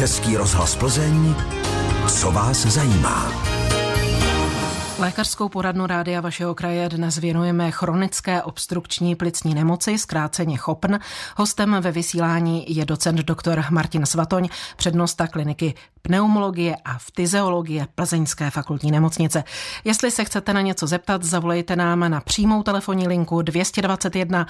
Český rozhlas Plzeň, co vás zajímá. Lékařskou poradnu Rádia vašeho kraje dnes věnujeme chronické obstrukční plicní nemoci, zkráceně CHOPN. Hostem ve vysílání je docent doktor Martin Svatoň, přednosta kliniky pneumologie a fyziologie Plzeňské fakultní nemocnice. Jestli se chcete na něco zeptat, zavolejte nám na přímou telefonní linku 221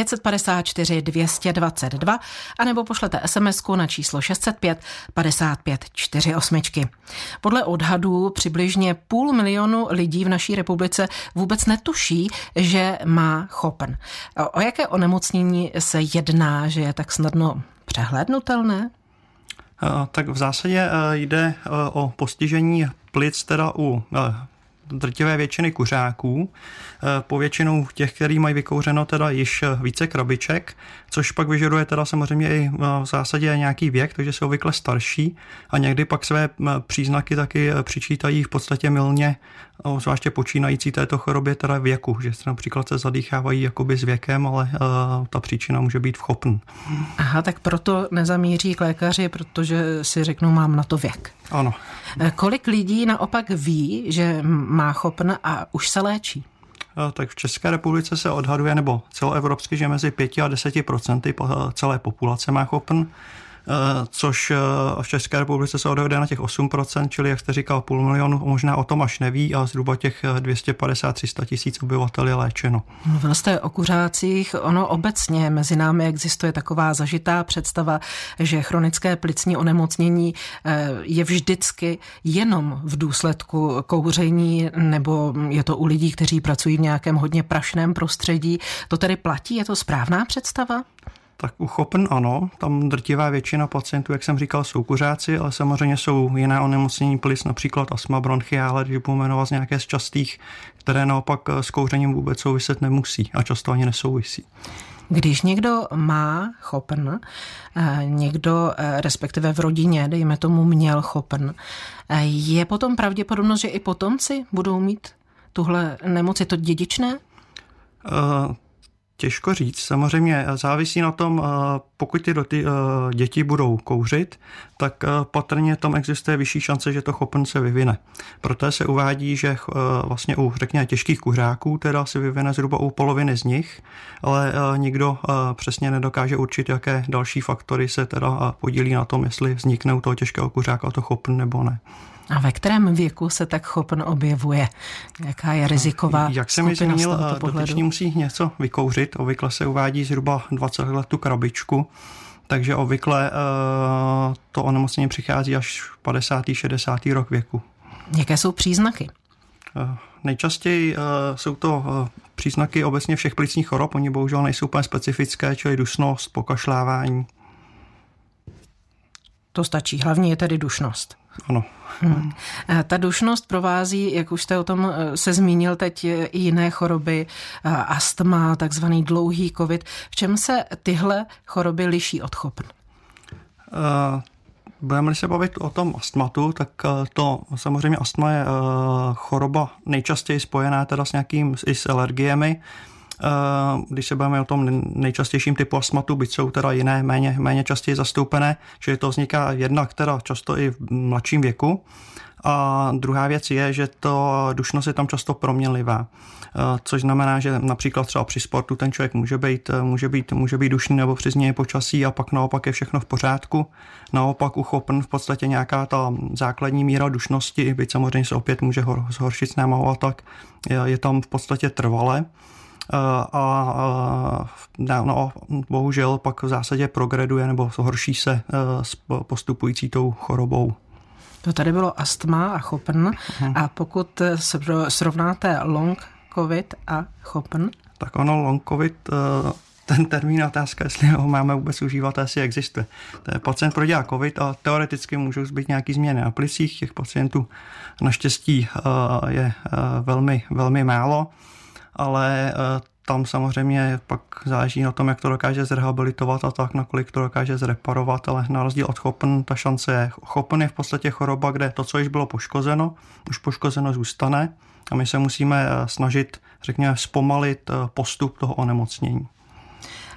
554 222 anebo pošlete SMS-ku na číslo 605 55 48. Podle odhadů přibližně 500 000 lidí v naší republice vůbec netuší, že má CHOPN. O jaké onemocnění se jedná, že je tak snadno přehlédnutelné? Tak v zásadě jde o postižení plic teda u drtivé většiny kuřáků, povětšinou těch, kteří mají vykouřeno teda již více krabiček, což pak vyžaduje teda samozřejmě i v zásadě nějaký věk, takže jsou obvykle starší a někdy pak své příznaky taky přičítají v podstatě mylně, zvláště počínající této chorobě teda věku, že například se zadýchávají jakoby s věkem, ale ta příčina může být v CHOPN. Aha, tak proto nezamíří k lékaři, protože si řeknou, mám na to věk. Ano. Kolik lidí naopak ví, že má CHOPN a už se léčí? Tak v České republice se odhaduje, nebo celoevropsky, že mezi 5 a 10% celé populace má CHOPN, což v České republice se odhaduje na těch 8%, čili jak jste říkal, 500 000, možná o tom až neví a zhruba těch 250-300 tisíc obyvatel je léčeno. Mluvil jste o kuřácích, ono obecně mezi námi existuje taková zažitá představa, že chronické plicní onemocnění je vždycky jenom v důsledku kouření, nebo je to u lidí, kteří pracují v nějakém hodně prašném prostředí. To tedy platí? Je to správná představa? Tak u CHOPN ano, tam drtivá většina pacientů, jak jsem říkal, jsou kuřáci, ale samozřejmě jsou jiná onemocnění plic, například astma bronchiále, když budu jmenovat nějaké z častých, které naopak s kouřením vůbec souviset nemusí a často ani nesouvisí. Když někdo má CHOPN, někdo respektive v rodině, dejme tomu, měl CHOPN, je potom pravděpodobnost, že i potomci budou mít tuhle nemoc? Je to dědičné? Těžko říct. Samozřejmě závisí na tom, pokud ty děti budou kouřit, tak patrně tam existuje vyšší šance, že to CHOPN se vyvine. Proto se uvádí, že vlastně u, řekněme, těžkých kuřáků teda se vyvine zhruba u poloviny z nich, ale nikdo přesně nedokáže určit, jaké další faktory se teda podílí na tom, jestli vznikne u toho těžkého kuřáka to CHOPN nebo ne. A ve kterém věku se tak CHOPN objevuje? Jaká je riziková Jak jsem mi zmínil, dotyčný musí něco vykouřit. Obvykle se uvádí zhruba 20 let tu krabičku, takže obvykle to onemocnění přichází až v 50. 60. rok věku. Jaké jsou příznaky? Nejčastěji jsou to příznaky obecně všech plicních chorob, oni bohužel nejsou úplně specifické, čili dušnost, pokašlávání. To stačí, hlavně je tedy dušnost. Ano. Ta dušnost provází, jak už jste o tom se zmínil teď, i jiné choroby, astma, takzvaný dlouhý covid. V čem se tyhle choroby liší od CHOPN? Budeme-li se bavit o tom astmatu, tak to samozřejmě astma je choroba nejčastěji spojená teda s nějakým i s alergiemi. Když se bavíme o tom nejčastějším typu astmatu, byť jsou teda jiné, méně častěji zastoupené, že to vzniká jednak teda často i v mladším věku. A druhá věc je, že to dušnost je tam často proměnlivá, což znamená, že například třeba při sportu ten člověk může být dušný nebo při změně počasí a pak naopak je všechno v pořádku. Naopak u CHOPN v podstatě nějaká ta základní míra dušnosti, byť samozřejmě se opět může zhoršit s námahou a tak, je tam v podstatě trvale. No, bohužel pak v zásadě progreduje nebo horší se s postupující tou chorobou. To tady bylo astma a CHOPN. A pokud srovnáte long covid a CHOPN? Tak ono long covid, ten termín otázka, jestli ho máme vůbec užívat, asi existuje. To je pacient prodělá covid a teoreticky můžou být nějaký změny na plicích. Těch pacientů naštěstí je velmi, velmi málo, ale tam samozřejmě pak záleží na tom, jak to dokáže zrehabilitovat a tak, nakolik to dokáže zreparovat, ale na rozdíl od CHOPN ta šance je. CHOPN je v podstatě choroba, kde to, co již bylo poškozeno, už poškozeno zůstane a my se musíme snažit, řekněme, zpomalit postup toho onemocnění.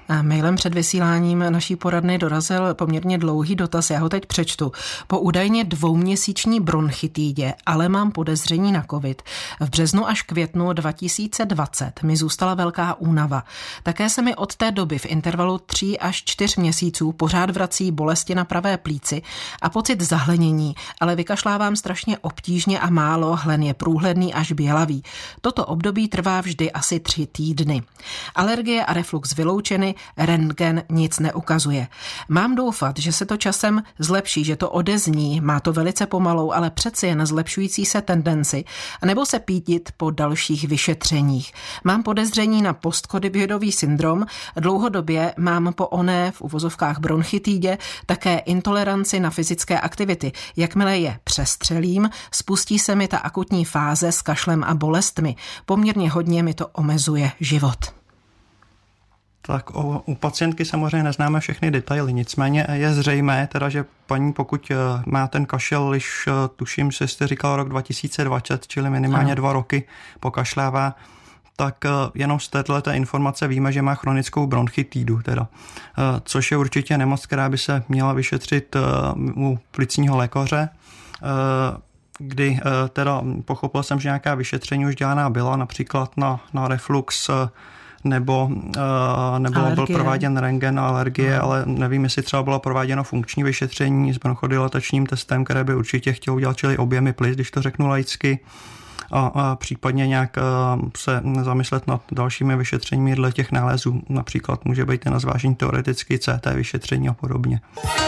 Mailem před vysíláním naší poradny dorazil poměrně dlouhý dotaz, já ho teď přečtu. Po údajně 2měsíční bronchitidě, ale mám podezření na covid. V březnu až květnu 2020 mi zůstala velká únava. Také se mi od té doby v intervalu 3 až 4 měsíců pořád vrací bolesti na pravé plíci a pocit zahlenění, ale vykašlávám strašně obtížně a málo, hlen je průhledný až bělavý. Toto období trvá vždy asi 3 týdny. Alergie a reflux vyloučeny, rentgen nic neukazuje. Mám doufat, že se to časem zlepší, že to odezní, má to velice pomalou, ale přeci jen zlepšující se tendenci, anebo se pídit po dalších vyšetřeních. Mám podezření na postcovidový syndrom, dlouhodobě mám po oné v uvozovkách bronchitidě také intoleranci na fyzické aktivity. Jakmile je přestřelím, spustí se mi ta akutní fáze s kašlem a bolestmi. Poměrně hodně mi to omezuje život. Tak u pacientky samozřejmě neznáme všechny detaily, nicméně je zřejmé, teda, že paní, pokud má ten kašel, když tuším, že jste říkal rok 2020, čili minimálně 2 roky pokašlává, tak jenom z této informace víme, že má chronickou bronchitidu, teda, což je určitě nemoc, která by se měla vyšetřit u plicního lékaře, kdy teda pochopil jsem, že nějaká vyšetření už dělaná byla, například na reflux, nebo byl prováděn rentgen a alergie, ale nevím, jestli třeba bylo prováděno funkční vyšetření s bronchodilatačním testem, které by určitě chtěl udělat, čili objemy plic, když to řeknu laicky, a případně nějak se zamyslet nad dalšími vyšetřeními dle těch nálezů. Například může být na zvážení teoreticky CT vyšetření a podobně.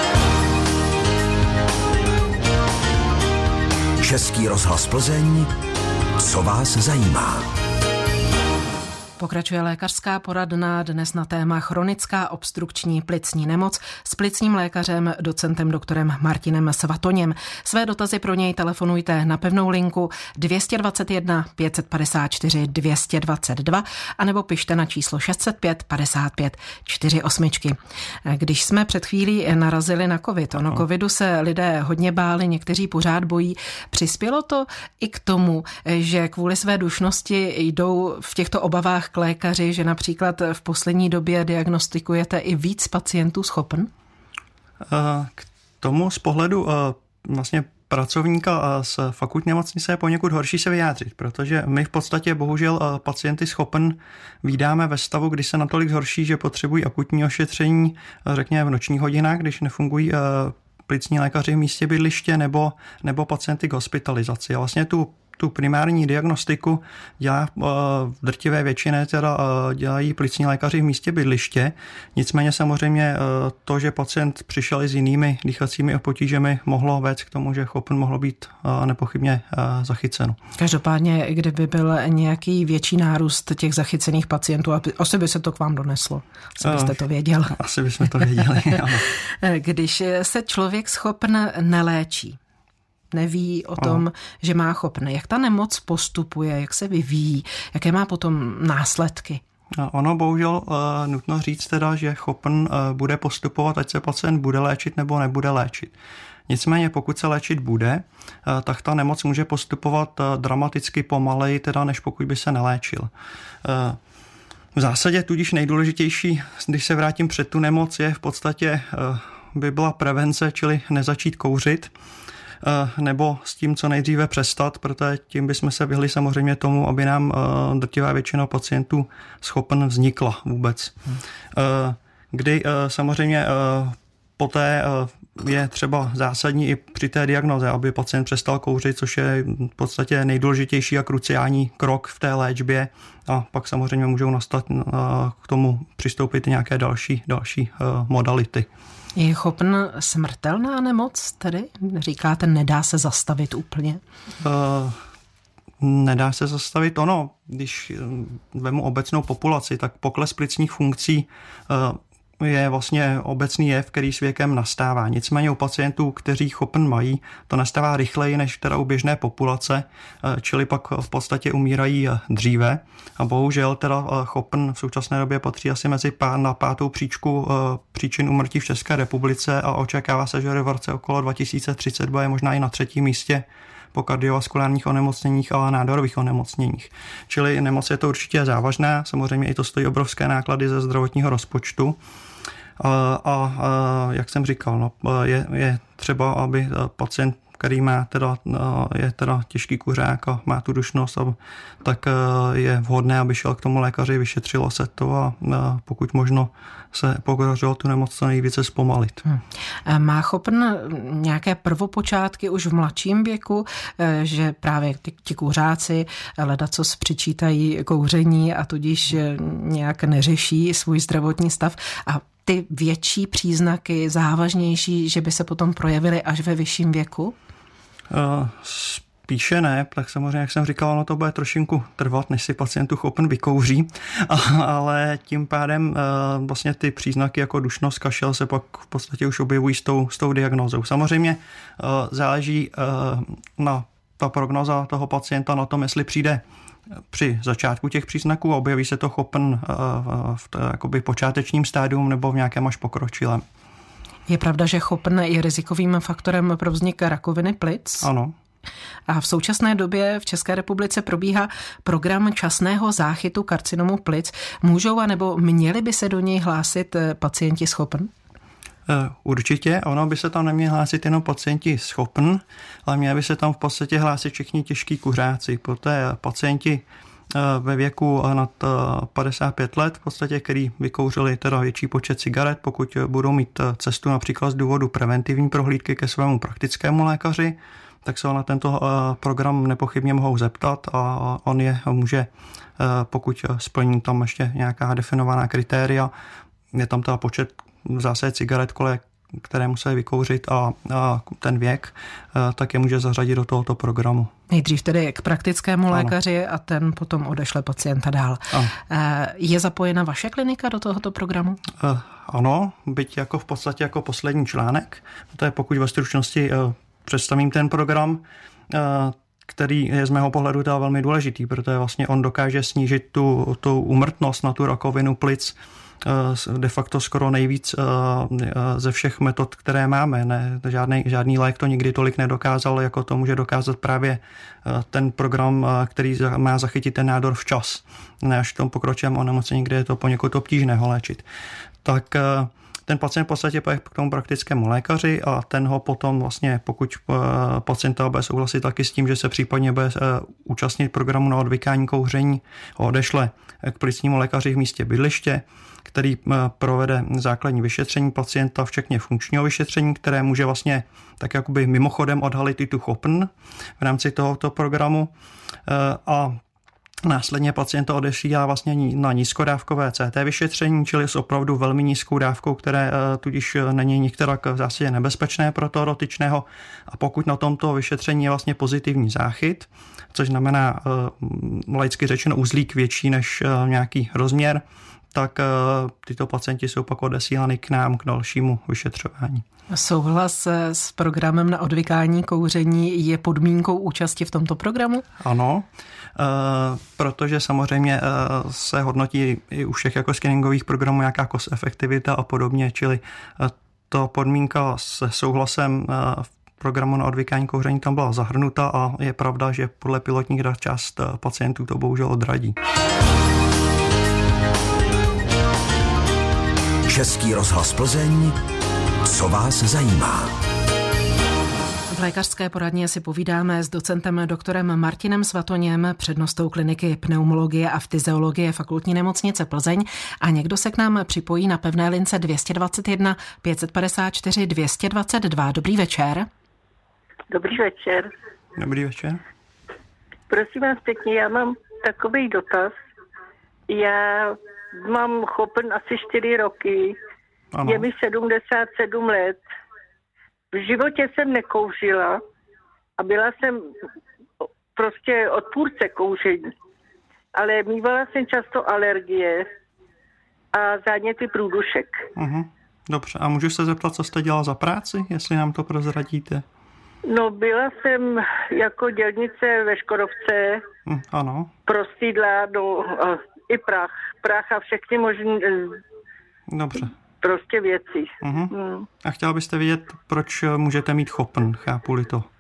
Český rozhlas Plzeň, co vás zajímá? Pokračuje lékařská poradna dnes na téma chronická obstrukční plicní nemoc s plicním lékařem, docentem doktorem Martinem Svatoněm. Své dotazy pro něj telefonujte na pevnou linku 221 554 222 anebo pište na číslo 605 55 48. Když jsme před chvílí narazili na covid, covidu se lidé hodně báli, někteří pořád bojí. Přispělo to i k tomu, že kvůli své dušnosti jdou v těchto obavách k lékaři, že například v poslední době diagnostikujete i víc pacientů s chopn? K tomu z pohledu vlastně pracovníka z fakultní nemocnice je poněkud horší se vyjádřit, protože my v podstatě bohužel pacienty s chopn vídáme ve stavu, kdy se natolik zhorší, že potřebují akutní ošetření, řekněme v nočních hodinách, když nefungují plicní lékaři v místě bydliště, nebo pacienty k hospitalizaci. A vlastně tu primární diagnostiku dělá v drtivé většině, teda dělají plicní lékaři v místě bydliště. Nicméně samozřejmě to, že pacient přišel i s jinými dýchacími potížemi, mohlo vést k tomu, že chopn mohlo být nepochybně zachyceno. Každopádně, kdyby byl nějaký větší nárůst těch zachycených pacientů, asi by se to k vám doneslo. Asi byste to věděl. Asi bychom to věděli, ano. Když se člověk s chopn neléčí, neví o tom, že má chopn. Jak ta nemoc postupuje, jak se vyvíjí, jaké má potom následky? Ono bohužel nutno říct teda, že chopn bude postupovat, ať se pacient bude léčit nebo nebude léčit. Nicméně pokud se léčit bude, tak ta nemoc může postupovat dramaticky pomaleji, teda než pokud by se neléčil. V zásadě tudíž nejdůležitější, když se vrátím před tu nemoc, je v podstatě by byla prevence, čili nezačít kouřit, nebo s tím co nejdříve přestat, protože tím bychom se vyhli samozřejmě tomu, aby nám drtivá většina pacientů s chopn vznikla vůbec. Kdy samozřejmě poté je třeba zásadní i při té diagnoze, aby pacient přestal kouřit, což je v podstatě nejdůležitější a kruciální krok v té léčbě, a pak samozřejmě můžou nastat k tomu přistoupit nějaké další modality. Je chopn smrtelná nemoc tedy? Říkáte, nedá se zastavit úplně? Nedá se zastavit. Ono, když vemu obecnou populaci, tak pokles plicních funkcí je vlastně obecný jev, který s věkem nastává. Nicméně u pacientů, kteří chopn mají, to nastává rychleji než teda u běžné populace, čili pak v podstatě umírají dříve. A bohužel teda chopn v současné době patří asi na 5. příčku příčin úmrtí v České republice a očekává se, že v roce okolo 2030 bude možná i na 3. místě po kardiovaskulárních onemocněních a nádorových onemocněních. Čili nemoc je to určitě závažná, samozřejmě i to stojí obrovské náklady ze zdravotního rozpočtu. A jak jsem říkal, je třeba, aby pacient, který je těžký kuřák a má tu dušnost, tak je vhodné, aby šel k tomu lékaři, vyšetřilo se to a pokud možno se podařilo tu nemoc co nejvíce zpomalit. Má Chopn nějaké prvopočátky už v mladším věku, že právě ti kuřáci ledacos přičítají kouření a tudíž nějak neřeší svůj zdravotní stav a ty větší příznaky, závažnější, že by se potom projevily až ve vyšším věku? Spíše ne, tak samozřejmě, jak jsem říkal, ono to bude trošinku trvat, než si pacientu Chopn vykouří, ale tím pádem vlastně ty příznaky jako dušnost, kašel se pak v podstatě už objevují s tou diagnózou. Samozřejmě záleží na ta prognóza toho pacienta na tom, jestli přijde při začátku těch příznaků a objeví se to Chopn v jakoby počátečním stádium nebo v nějakém až pokročilém. Je pravda, že Chopn je rizikovým faktorem pro vznik rakoviny plic? Ano. A v současné době v České republice probíhá program časného záchytu karcinomu plic. Můžou a nebo měli by se do něj hlásit pacienti s Chopn? Určitě, ono by se tam neměli hlásit jenom pacienti s Chopn, ale měli by se tam v podstatě hlásit všichni těžký kuřáci. Poté pacienti ve věku nad 55 let, v podstatě, který vykouřili teda větší počet cigaret, pokud budou mít cestu například z důvodu preventivní prohlídky ke svému praktickému lékaři, tak se na tento program nepochybně mohou zeptat a on je může, pokud splní tam ještě nějaká definovaná kritéria, je tam teda počet v zásadě cigaret, které musí vykouřit a ten věk, tak je může zařadit do tohoto programu. Nejdřív tedy k praktickému lékaři a ten potom odešle pacienta dál. Ano. Je zapojena vaše klinika do tohoto programu? Ano, byť jako v podstatě jako poslední článek. To je, pokud ve stručnosti představím ten program, který je z mého pohledu teda velmi důležitý, protože vlastně on dokáže snížit tu úmrtnost na tu rakovinu plic de facto skoro nejvíc ze všech metod, které máme. Ne, žádný lék to nikdy tolik nedokázal, jako to může dokázat právě ten program, který má zachytit ten nádor včas. Ne až v tom pokročilém onemocnění, kde je to poněkud obtížné ho léčit. Tak ten pacient v podstatě pojede k tomu praktickému lékaři a ten ho potom vlastně, pokud pacient bude souhlasit taky s tím, že se případně bude účastnit programu na odvykání kouření, ho odešle k plicnímu lékaři v místě bydliště, který provede základní vyšetření pacienta, včetně funkčního vyšetření, které může vlastně tak jakoby mimochodem odhalit i tu Chopn v rámci tohoto programu a následně pacienta odesílá vlastně na nízkodávkové CT vyšetření, čili s opravdu velmi nízkou dávkou, které tudíž není nikterak v zásadě nebezpečné pro toho dotyčného. A pokud na tomto vyšetření je vlastně pozitivní záchyt, což znamená laicky řečeno uzlík větší než nějaký rozměr, tak tyto pacienti jsou pak odesílány k nám k dalšímu vyšetřování. Souhlas s programem na odvykání kouření je podmínkou účasti v tomto programu? Ano, protože samozřejmě se hodnotí i u všech jako screeningových programů nějaká cost efektivita a podobně, čili ta podmínka se souhlasem v programu na odvykání kouření tam byla zahrnuta a je pravda, že podle pilotních dat část pacientů to bohužel odradí. Český rozhlas Plzeň, co vás zajímá? V lékařské poradně si povídáme s docentem doktorem Martinem Svatoněm, přednostou kliniky pneumologie a fyziologie Fakultní nemocnice Plzeň a někdo se k nám připojí na pevné lince 221 554 222. Dobrý večer. Dobrý večer. Dobrý večer. Prosím vás pěkně, já mám takový dotaz. Já mám Chopn asi 4 roky, ano. Je mi 77 let. V životě jsem nekouřila a byla jsem prostě odpůrce kouření. Ale mývala jsem často alergie a záněty průdušek. Dobře, a můžu se zeptat, co jste dělala za práci, jestli nám to prozradíte? No, byla jsem jako dělnice ve Škodovce. Ano. Prostýdla, i prach a všechny možné dobře. Prostě věci. A chtěla byste vědět, proč můžete mít Chopn, chápu-li to?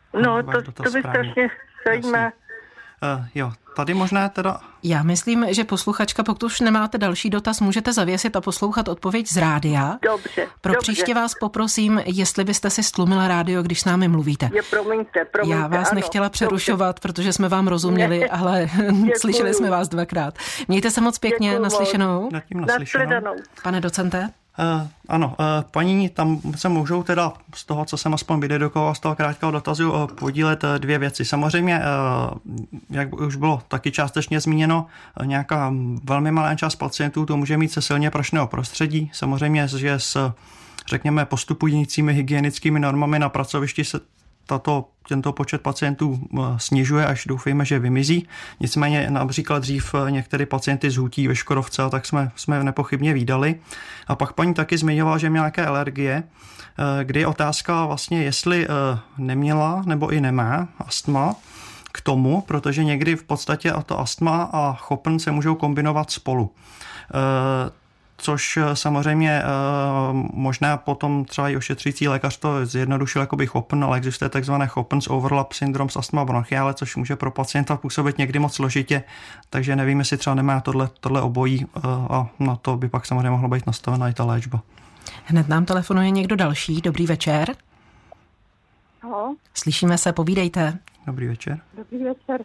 No, to by strašně zajímá. Jo, tady možná teda... Já myslím, že posluchačka, pokud už nemáte další dotaz, můžete zavěsit a poslouchat odpověď z rádia. Dobře. Příště vás poprosím, jestli byste si stlumila rádio, když s námi mluvíte. Promiňte. Já vás nechtěla přerušovat, protože jsme vám rozuměli, ale slyšeli jsme vás dvakrát. Mějte se moc pěkně, naslyšenou. Naslyšenou. Pane docente? Ano, paní, tam se můžou teda z toho, co jsem aspoň vydedukoval z toho krátkého dotazu, podílet dvě věci. Samozřejmě, jak už bylo taky částečně zmíněno, nějaká velmi malá část pacientů to může mít se silně prašného prostředí. Samozřejmě, že s, řekněme, postupujícími hygienickými normami na pracovišti se tento počet pacientů snižuje, až doufejme, že vymizí. Nicméně například dřív některé pacienty z hutí ve Škodovce, tak jsme nepochybně vídali. A pak paní taky zmiňovala, že měla nějaké alergie, kdy je otázka vlastně, jestli neměla nebo i nemá astma k tomu, protože někdy v podstatě to astma a chopn se můžou kombinovat spolu. Což samozřejmě možná potom třeba i ošetřující lékař to zjednodušil jakoby chopn, ale existuje takzvané chopn's overlap syndrom s astma bronchiale, což může pro pacienta působit někdy moc složitě, takže nevím, jestli třeba nemá tohle obojí a na to by pak samozřejmě mohla být nastavená i ta léčba. Hned nám telefonuje někdo další. Dobrý večer. Ahoj. Slyšíme se, povídejte. Dobrý večer. Dobrý večer.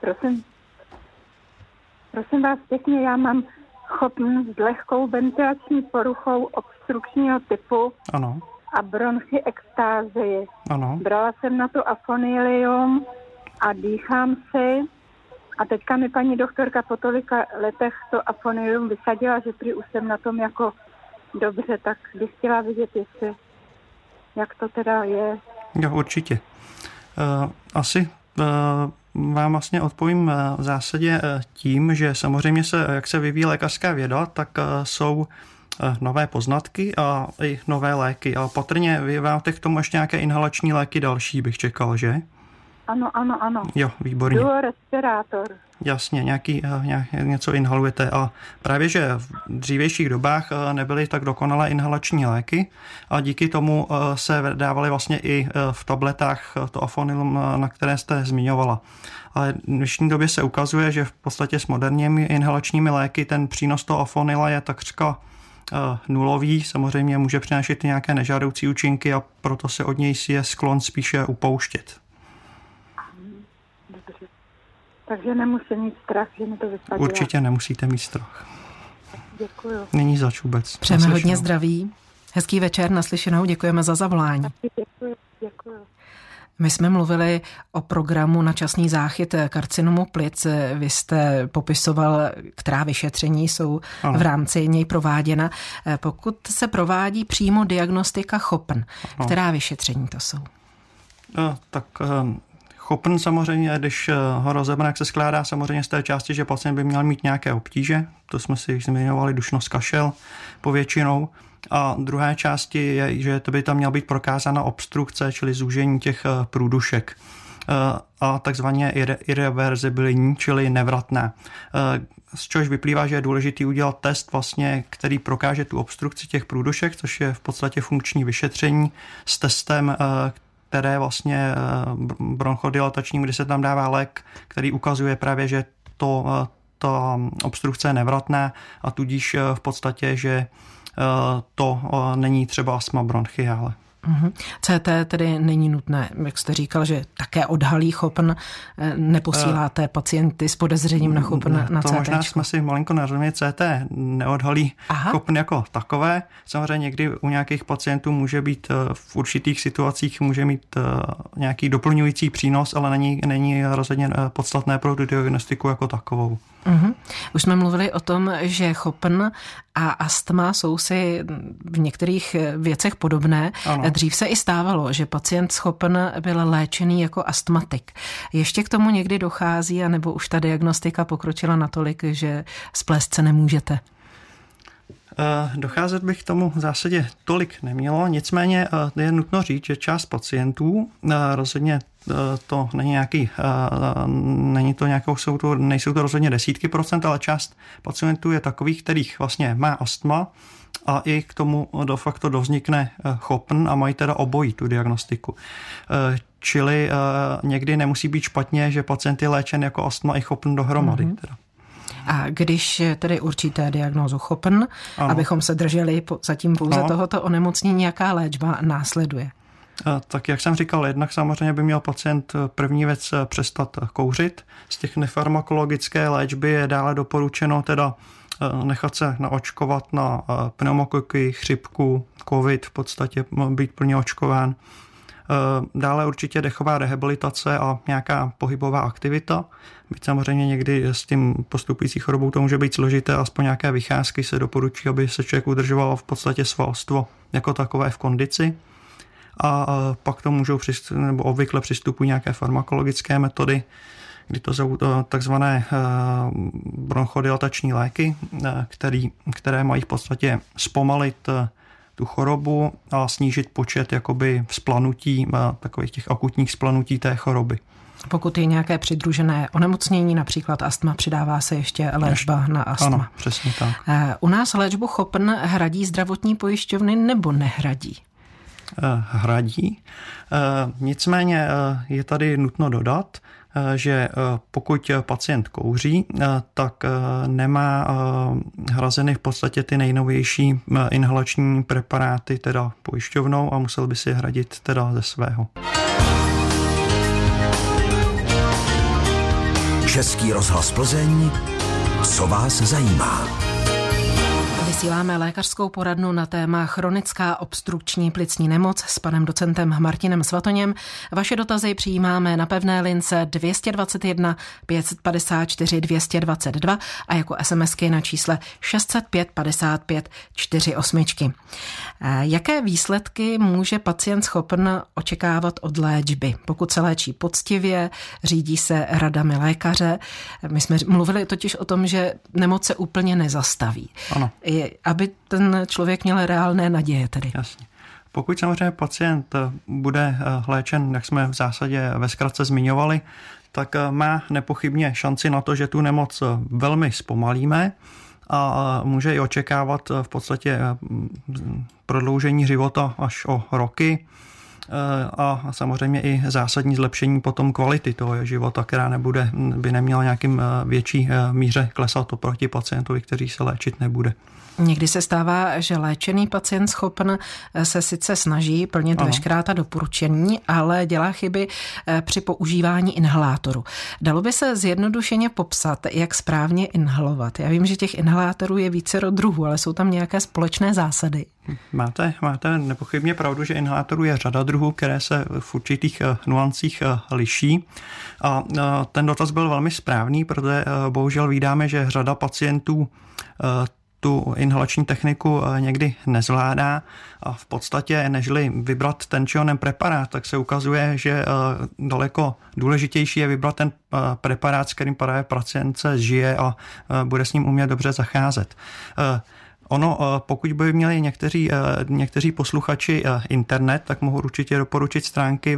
Prosím vás pěkně, já mám chopn s lehkou ventilační poruchou obstrukčního typu. Ano. A bronchiekstázii. Ano. Brala jsem na to afonilium a dýchám si. A teďka mi paní doktorka po tolika letech to afonilium vysadila, že prý už jsem na tom jako dobře, tak bych chtěla vidět, jestli, jak to teda je. Jo, určitě. Asi vám vlastně odpovím v zásadě tím, že samozřejmě jak se vyvíjí lékařská věda, tak jsou nové poznatky a i nové léky. A patrně vy máte k tomu ještě nějaké inhalační léky další, bych čekal, že? Ano. Jo, výborně. Duorespirátor. Jasně, něco inhalujete a právě, že v dřívějších dobách nebyly tak dokonalé inhalační léky a díky tomu se dávaly vlastně i v tabletách to afonilum, na které jste zmiňovala. Ale v dnešní době se ukazuje, že v podstatě s moderními inhalačními léky ten přínos toho afonila je takřka nulový, samozřejmě může přinášet nějaké nežádoucí účinky a proto se od něj si je sklon spíše upouštět. Takže nemusím mít strach, že mi to vypadá. Určitě nemusíte mít strach. Děkuju. Není zač vůbec. Přejeme hodně zdraví. Hezký večer, naslyšenou, děkujeme za zavolání. Děkuju. My jsme mluvili o programu na časný záchyt karcinomu plic. Vy jste popisoval, která vyšetření jsou v rámci něj prováděna. Pokud se provádí přímo diagnostika chopn, která vyšetření to jsou? Chopn samozřejmě, když ho rozebereme, jak se skládá samozřejmě z té části, že pacient by měl mít nějaké obtíže, to jsme si zmiňovali, dušnost, kašel povětšinou. A druhé části je, že to by tam měla být prokázána obstrukce, čili zúžení těch průdušek. A takzvaně irreverzibilní, čili nevratné. Z čehož vyplývá, že je důležitý udělat test, vlastně, který prokáže tu obstrukci těch průdušek, což je v podstatě funkční vyšetření s testem, které vlastně bronchodilatačním, kdy se tam dává lék, který ukazuje právě, že ta obstrukce je nevratná a tudíž v podstatě, že to není třeba astma bronchiale. CT tedy není nutné, jak jste říkal, že také odhalí chopn, neposíláte pacienty s podezřením na chopn na CT? To možná jsme si malinko nerozuměli, CT neodhalí chopn jako takové. Samozřejmě někdy u nějakých pacientů může být v určitých situacích může mít nějaký doplňující přínos, ale není rozhodně podstatné pro tu diagnostiku jako takovou. Už jsme mluvili o tom, že chopn a astma jsou si v některých věcech podobné. Ano. Dřív se i stávalo, že pacient s chopn byl léčený jako astmatik. Ještě k tomu někdy dochází, anebo už ta diagnostika pokročila natolik, že splést se nemůžete? Docházet bych k tomu v zásadě tolik nemělo, nicméně je nutno říct, že část pacientů rozhodně to nejsou to rozhodně desítky procent, ale část pacientů je takových, kterých vlastně má astma a i k tomu de facto dovznikne chopn a mají teda obojí tu diagnostiku. čili někdy nemusí být špatně, že pacient je léčen jako astma i chopn dohromady. Teda. A když tedy určíte diagnózu chopn, abychom se drželi zatím pouze tohoto onemocnění, jaká léčba následuje? Tak jak jsem říkal, jednak samozřejmě by měl pacient první věc přestat kouřit. Z těch nefarmakologické léčby je dále doporučeno teda nechat se naočkovat na pneumokoky, chřipku, covid, v podstatě být plně očkován. Dále určitě dechová rehabilitace a nějaká pohybová aktivita. Byť samozřejmě někdy s tím postupující chorobou to může být složité, aspoň nějaké vycházky se doporučí, aby se člověk udržoval v podstatě svalstvo jako takové v kondici. A pak to můžou nebo obvykle přistupují nějaké farmakologické metody, kdy to jsou takzvané bronchodilatační léky, které mají v podstatě zpomalit tu chorobu a snížit počet jakoby vzplanutí, takových těch akutních vzplanutí té choroby. Pokud je nějaké přidružené onemocnění, například astma, přidává se ještě léčba na astma. Ano, přesně tak. U nás léčbu chopn hradí zdravotní pojišťovny nebo nehradí? Hradí. Nicméně je tady nutno dodat, že pokud pacient kouří, tak nemá hrazeny v podstatě ty nejnovější inhalační preparáty teda pojišťovnou a musel by si je hradit teda ze svého. Český rozhlas Plzeň, co vás zajímá? Vysíláme lékařskou poradnu na téma chronická obstrukční plicní nemoc s panem docentem Martinem Svatoněm. Vaše dotazy přijímáme na pevné lince 221 554 222 a jako SMSky na čísle 605 55 48. Jaké výsledky může pacient chopn očekávat od léčby? Pokud se léčí poctivě, řídí se radami lékaře. My jsme mluvili totiž o tom, že nemoc se úplně nezastaví. Ano. Aby ten člověk měl reálné naděje tedy. Jasně. Pokud samozřejmě pacient bude léčen, jak jsme v zásadě ve zkratce zmiňovali, tak má nepochybně šanci na to, že tu nemoc velmi zpomalíme a může i očekávat v podstatě prodloužení života až o roky a samozřejmě i zásadní zlepšení potom kvality toho života, která by neměla nějakým větší míře klesat oproti pacientovi, který se léčit nebude. Někdy se stává, že léčený pacient chopn se sice snaží plnit veškerá ta doporučení, ale dělá chyby při používání inhalátoru. Dalo by se zjednodušeně popsat, jak správně inhalovat? Já vím, že těch inhalátorů je vícero druhů, ale jsou tam nějaké společné zásady? Máte nepochybně pravdu, že inhalátorů je řada druhů, které se v určitých nuancích liší. A ten dotaz byl velmi správný, protože bohužel vídáme, že řada pacientů tu inhalační techniku někdy nezvládá a v podstatě, nežli vybrat ten či onen preparát, tak se ukazuje, že daleko důležitější je vybrat ten preparát, s kterým právě pacient se žije a bude s ním umět dobře zacházet. Pokud by měli někteří posluchači internet, tak mohu určitě doporučit stránky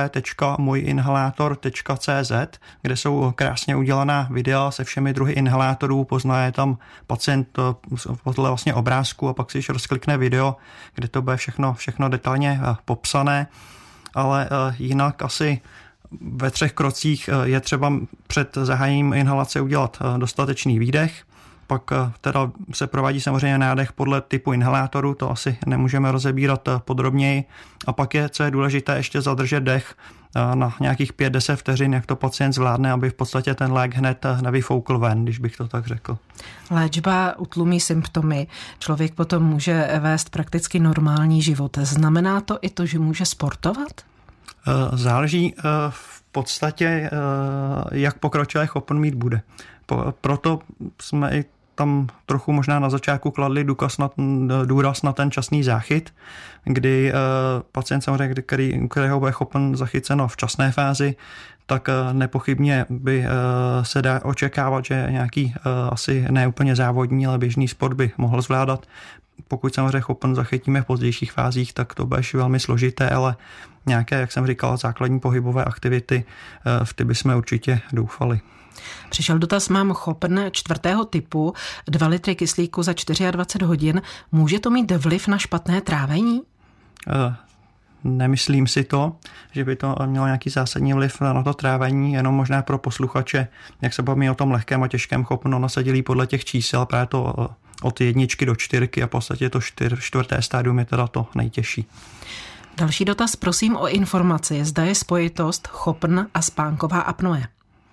www.mojinhalator.cz, kde jsou krásně udělaná videa se všemi druhy inhalátorů, pozná tam pacient podle vlastně obrázku a pak si rozklikne video, kde to bude všechno detailně popsané, ale jinak asi ve 3 krocích je třeba před zahájením inhalace udělat dostatečný výdech. Pak teda se provádí samozřejmě nádech podle typu inhalátoru, to asi nemůžeme rozebírat podrobněji. A pak co je důležité, ještě zadržet dech na nějakých 5-10 vteřin, jak to pacient zvládne, aby v podstatě ten lék hned nevyfoukl ven, když bych to tak řekl. Léčba utlumí symptomy. Člověk potom může vést prakticky normální život. Znamená to i to, že může sportovat? Záleží v podstatě, jak pokročilé chopn mít bude. Proto jsme i tam trochu možná na začátku kladli důraz na ten časný záchyt, kdy pacient samozřejmě, kterého bude chopn zachyceno v časné fázi, tak nepochybně by se dá očekávat, že nějaký asi ne úplně závodní, ale běžný sport by mohl zvládat. Pokud samozřejmě chopn zachytíme v pozdějších fázích, tak to bude velmi složité, ale nějaké, jak jsem říkal, základní pohybové aktivity, v ty bychom určitě doufali. Přišel dotaz, mám chopn 4. typu, 2 litry kyslíku za 24 hodin. Může to mít vliv na špatné trávení? Nemyslím si to, že by to mělo nějaký zásadní vliv na to trávení, jenom možná pro posluchače, jak se bavíme o tom lehkém a těžkém chopnu, ono se dělí podle těch čísel, právě to od 1 do 4 a v podstatě to 4. stádium je teda to nejtěžší. Další dotaz, prosím o informaci. Zda je spojitost chopn a spánková apnoe?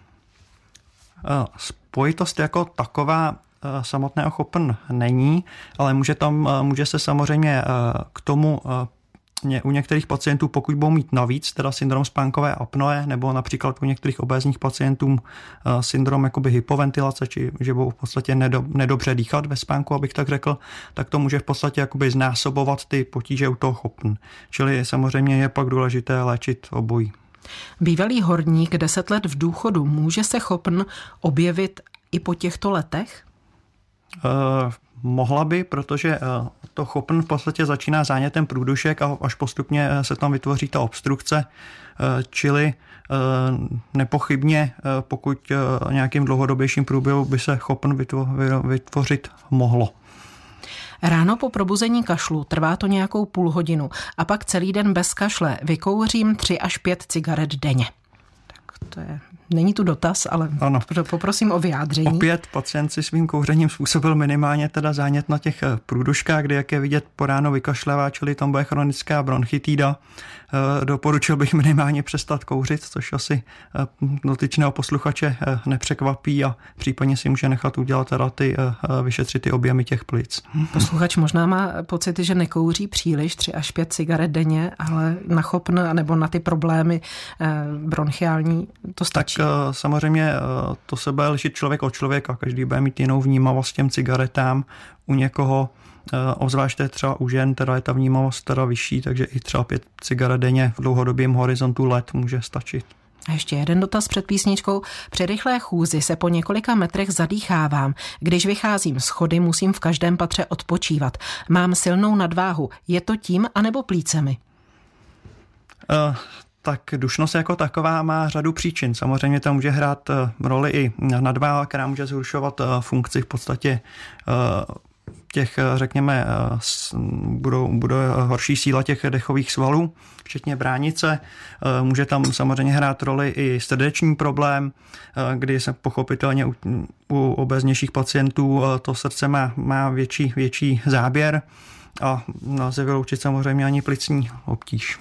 Spojitost jako taková samotného chopn není, ale může se samozřejmě k tomu u některých pacientů, pokud budou mít navíc teda syndrom spánkové apnoe, nebo například u některých obézních pacientů syndrom jakoby hypoventilace, či že budou v podstatě nedobře dýchat ve spánku, abych tak řekl, tak to může v podstatě jakoby znásobovat ty potíže u toho chopn. Čili samozřejmě je pak důležité léčit obojí. Bývalý horník 10 let v důchodu, může se chopn objevit i po těchto letech? Mohla by, protože to chopn v podstatě začíná zánětem průdušek a až postupně se tam vytvoří ta obstrukce, čili nepochybně, pokud nějakým dlouhodobějším průběhu by se chopn vytvořit mohlo. Ráno po probuzení kašlu, trvá to nějakou půl hodinu a pak celý den bez kašle vykouřím 3 až 5 cigaret denně. Tak to je... Není tu dotaz, ale ano. Poprosím o vyjádření. Opět pacient si svým kouřením způsobil minimálně teda zánět na těch průduškách, kdy jak je vidět po ráno vykašlává, čili tam bude chronická bronchitída. Doporučil bych minimálně přestat kouřit, což asi dotyčného posluchače nepřekvapí a případně si může nechat udělat teda vyšetřit ty objemy těch plic. Posluchač možná má pocit, že nekouří příliš 3 až 5 cigaret denně, ale na chopn nebo na ty problémy bronchiální to stačí. Tak samozřejmě to se bude lišit člověk od člověka. Každý bude mít jinou vnímavost těm cigaretám. U někoho, obzvláště třeba u žen, teda je ta vnímavost teda vyšší, takže i třeba 5 cigaret denně v dlouhodobém horizontu let může stačit. A ještě jeden dotaz před písničkou. Při rychlé chůzi se po několika metrech zadýchávám. Když vycházím z schody, musím v každém patře odpočívat. Mám silnou nadváhu. Je to tím, anebo plícemi? Tak dušnost jako taková má řadu příčin. Samozřejmě tam může hrát roli i nadváha, která může zhoršovat funkci v podstatě těch, řekněme, bude horší síla těch dechových svalů, včetně bránice. Může tam samozřejmě hrát roli i srdeční problém, kdy se pochopitelně u obéznějších pacientů to srdce má větší záběr a nelze vyloučit samozřejmě ani plicní obtíž.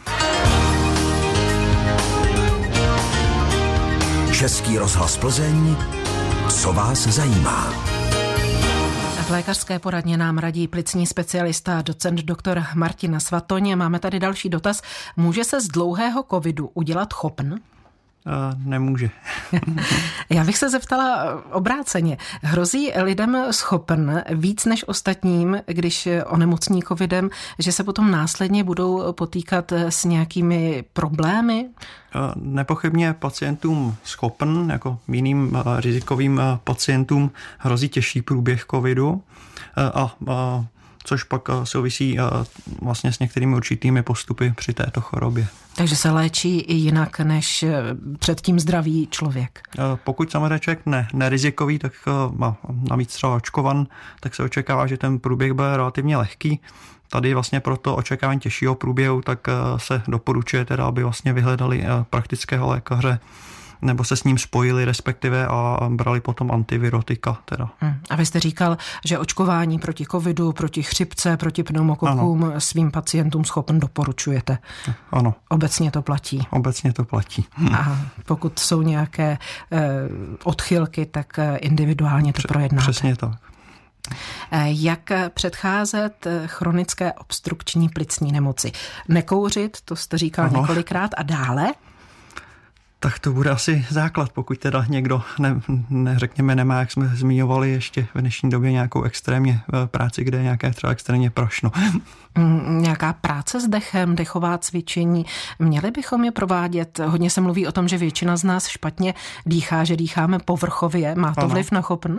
Český rozhlas Plzeň, co vás zajímá. V lékařské poradně nám radí plicní specialista, docent doktor Martin Svatoň. Máme tady další dotaz. Může se z dlouhého covidu udělat chopn? Nemůže. Já bych se zeptala obráceně. Hrozí lidem s chopn víc než ostatním, když onemocní covidem, že se potom následně budou potýkat s nějakými problémy? Nepochybně pacientům s chopn, jako jiným rizikovým pacientům, hrozí těžší průběh covidu což pak souvisí vlastně s některými určitými postupy při této chorobě. Takže se léčí i jinak než předtím zdravý člověk? Pokud samozřejmě člověk nerizikový, tak navíc třeba očkovan, tak se očekává, že ten průběh bude relativně lehký. Tady vlastně pro to očekávání těžšího průběhu tak se doporučuje teda, aby vlastně vyhledali praktického lékaře nebo se s ním spojili respektive a brali potom antivirotika. Teda. A vy jste říkal, že očkování proti covidu, proti chřipce, proti pneumokokům svým pacientům s chopn doporučujete. Ano. Obecně to platí. Obecně to platí. A pokud jsou nějaké odchylky, tak individuálně to projednáte. Přesně tak. Jak předcházet chronické obstrukční plicní nemoci? Nekouřit, to jste říkal několikrát, a dále? Tak to bude asi základ, pokud teda někdo řekněme nemá, jak jsme zmiňovali ještě v dnešní době nějakou extrémně práci, kde je nějaké třeba extrémně prašno. Nějaká práce s dechem, dechová cvičení, měli bychom je provádět? Hodně se mluví o tom, že většina z nás špatně dýchá, že dýcháme povrchově. Má to vliv na chopn?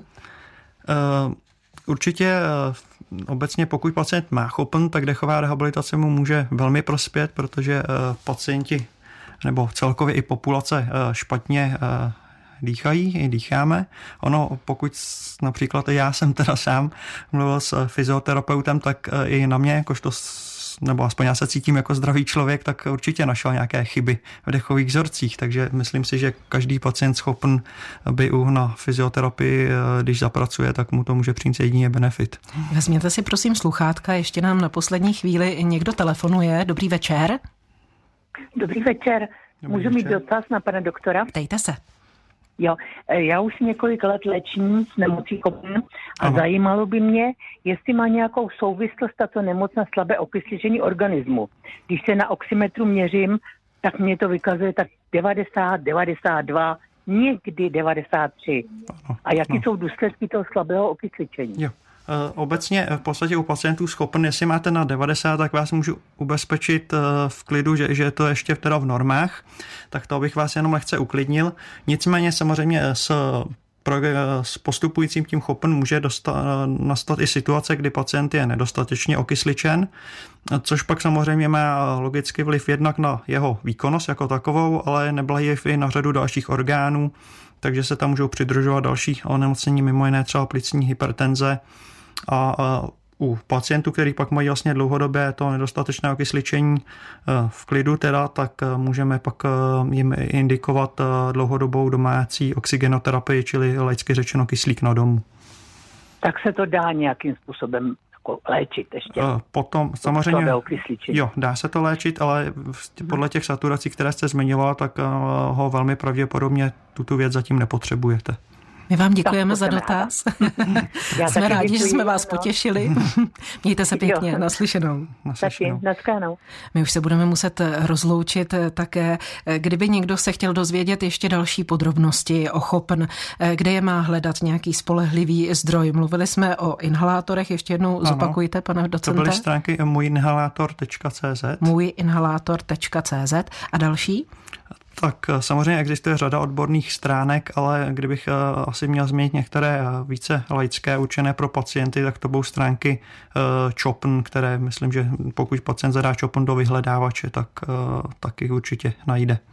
Určitě obecně pokud pacient má chopn, tak dechová rehabilitace mu může velmi prospět, protože pacienti nebo celkově i populace špatně dýcháme. Ono, pokud například já jsem teda sám mluvil s fyzioterapeutem, tak i na mě, jakožto nebo aspoň já se cítím jako zdravý člověk, tak určitě našel nějaké chyby v dechových vzorcích, takže myslím si, že každý pacient schopen by na fyzioterapii, když zapracuje, tak mu to může přinést jedině benefit. Vezměte si prosím sluchátka, ještě nám na poslední chvíli někdo telefonuje. Dobrý večer. Dobrý večer. Můžu mít dotaz na pana doktora? Ptejte se. Jo, já už několik let léčím s nemocí chopin a zajímalo by mě, jestli má nějakou souvislost tato nemoc na slabé okysličení organismu. Když se na oximetru měřím, tak mě to vykazuje tak 90, 92, někdy 93. A jaký jsou důsledky toho slabého okysličení? Jo. Obecně v podstatě u pacientů s chopin, jestli máte na 90, tak vás můžu ubezpečit v klidu, že je to ještě teda v normách, tak to bych vás jenom lehce uklidnil. Nicméně samozřejmě s postupujícím tím chopin může nastat i situace, kdy pacient je nedostatečně okysličen, což pak samozřejmě má logicky vliv jednak na jeho výkonnost jako takovou, ale neblahý vliv i na řadu dalších orgánů, takže se tam můžou přidružovat další onemocnění, mimo jiné třeba plicní hypertenze. A u pacientů, kteří pak mají vlastně dlouhodobě to nedostatečné okysličení v klidu teda, tak můžeme pak jim indikovat dlouhodobou domácí oxygenoterapii, čili laicky řečeno kyslík na domu. Tak se to dá nějakým způsobem léčit ještě? Potom samozřejmě, jo, dá se to léčit, ale podle těch saturací, které jste zmiňovala, tak ho velmi pravděpodobně tuto věc zatím nepotřebujete. My vám děkujeme za dotaz. Jsme rádi, že jsme vás potěšili. Mějte se pěkně, naslyšenou. My už se budeme muset rozloučit také. Kdyby někdo se chtěl dozvědět ještě další podrobnosti o chopin, kde je má hledat nějaký spolehlivý zdroj. Mluvili jsme o inhalátorech, ještě jednou zopakujte, pane docente. To byly stránky mujinhalator.cz. Mujinhalator.cz a další? Tak samozřejmě existuje řada odborných stránek, ale kdybych asi měl změnit některé více laické určené pro pacienty, tak to budou stránky Chopin, které myslím, že pokud pacient zadá Chopin do vyhledávače, tak jich určitě najde.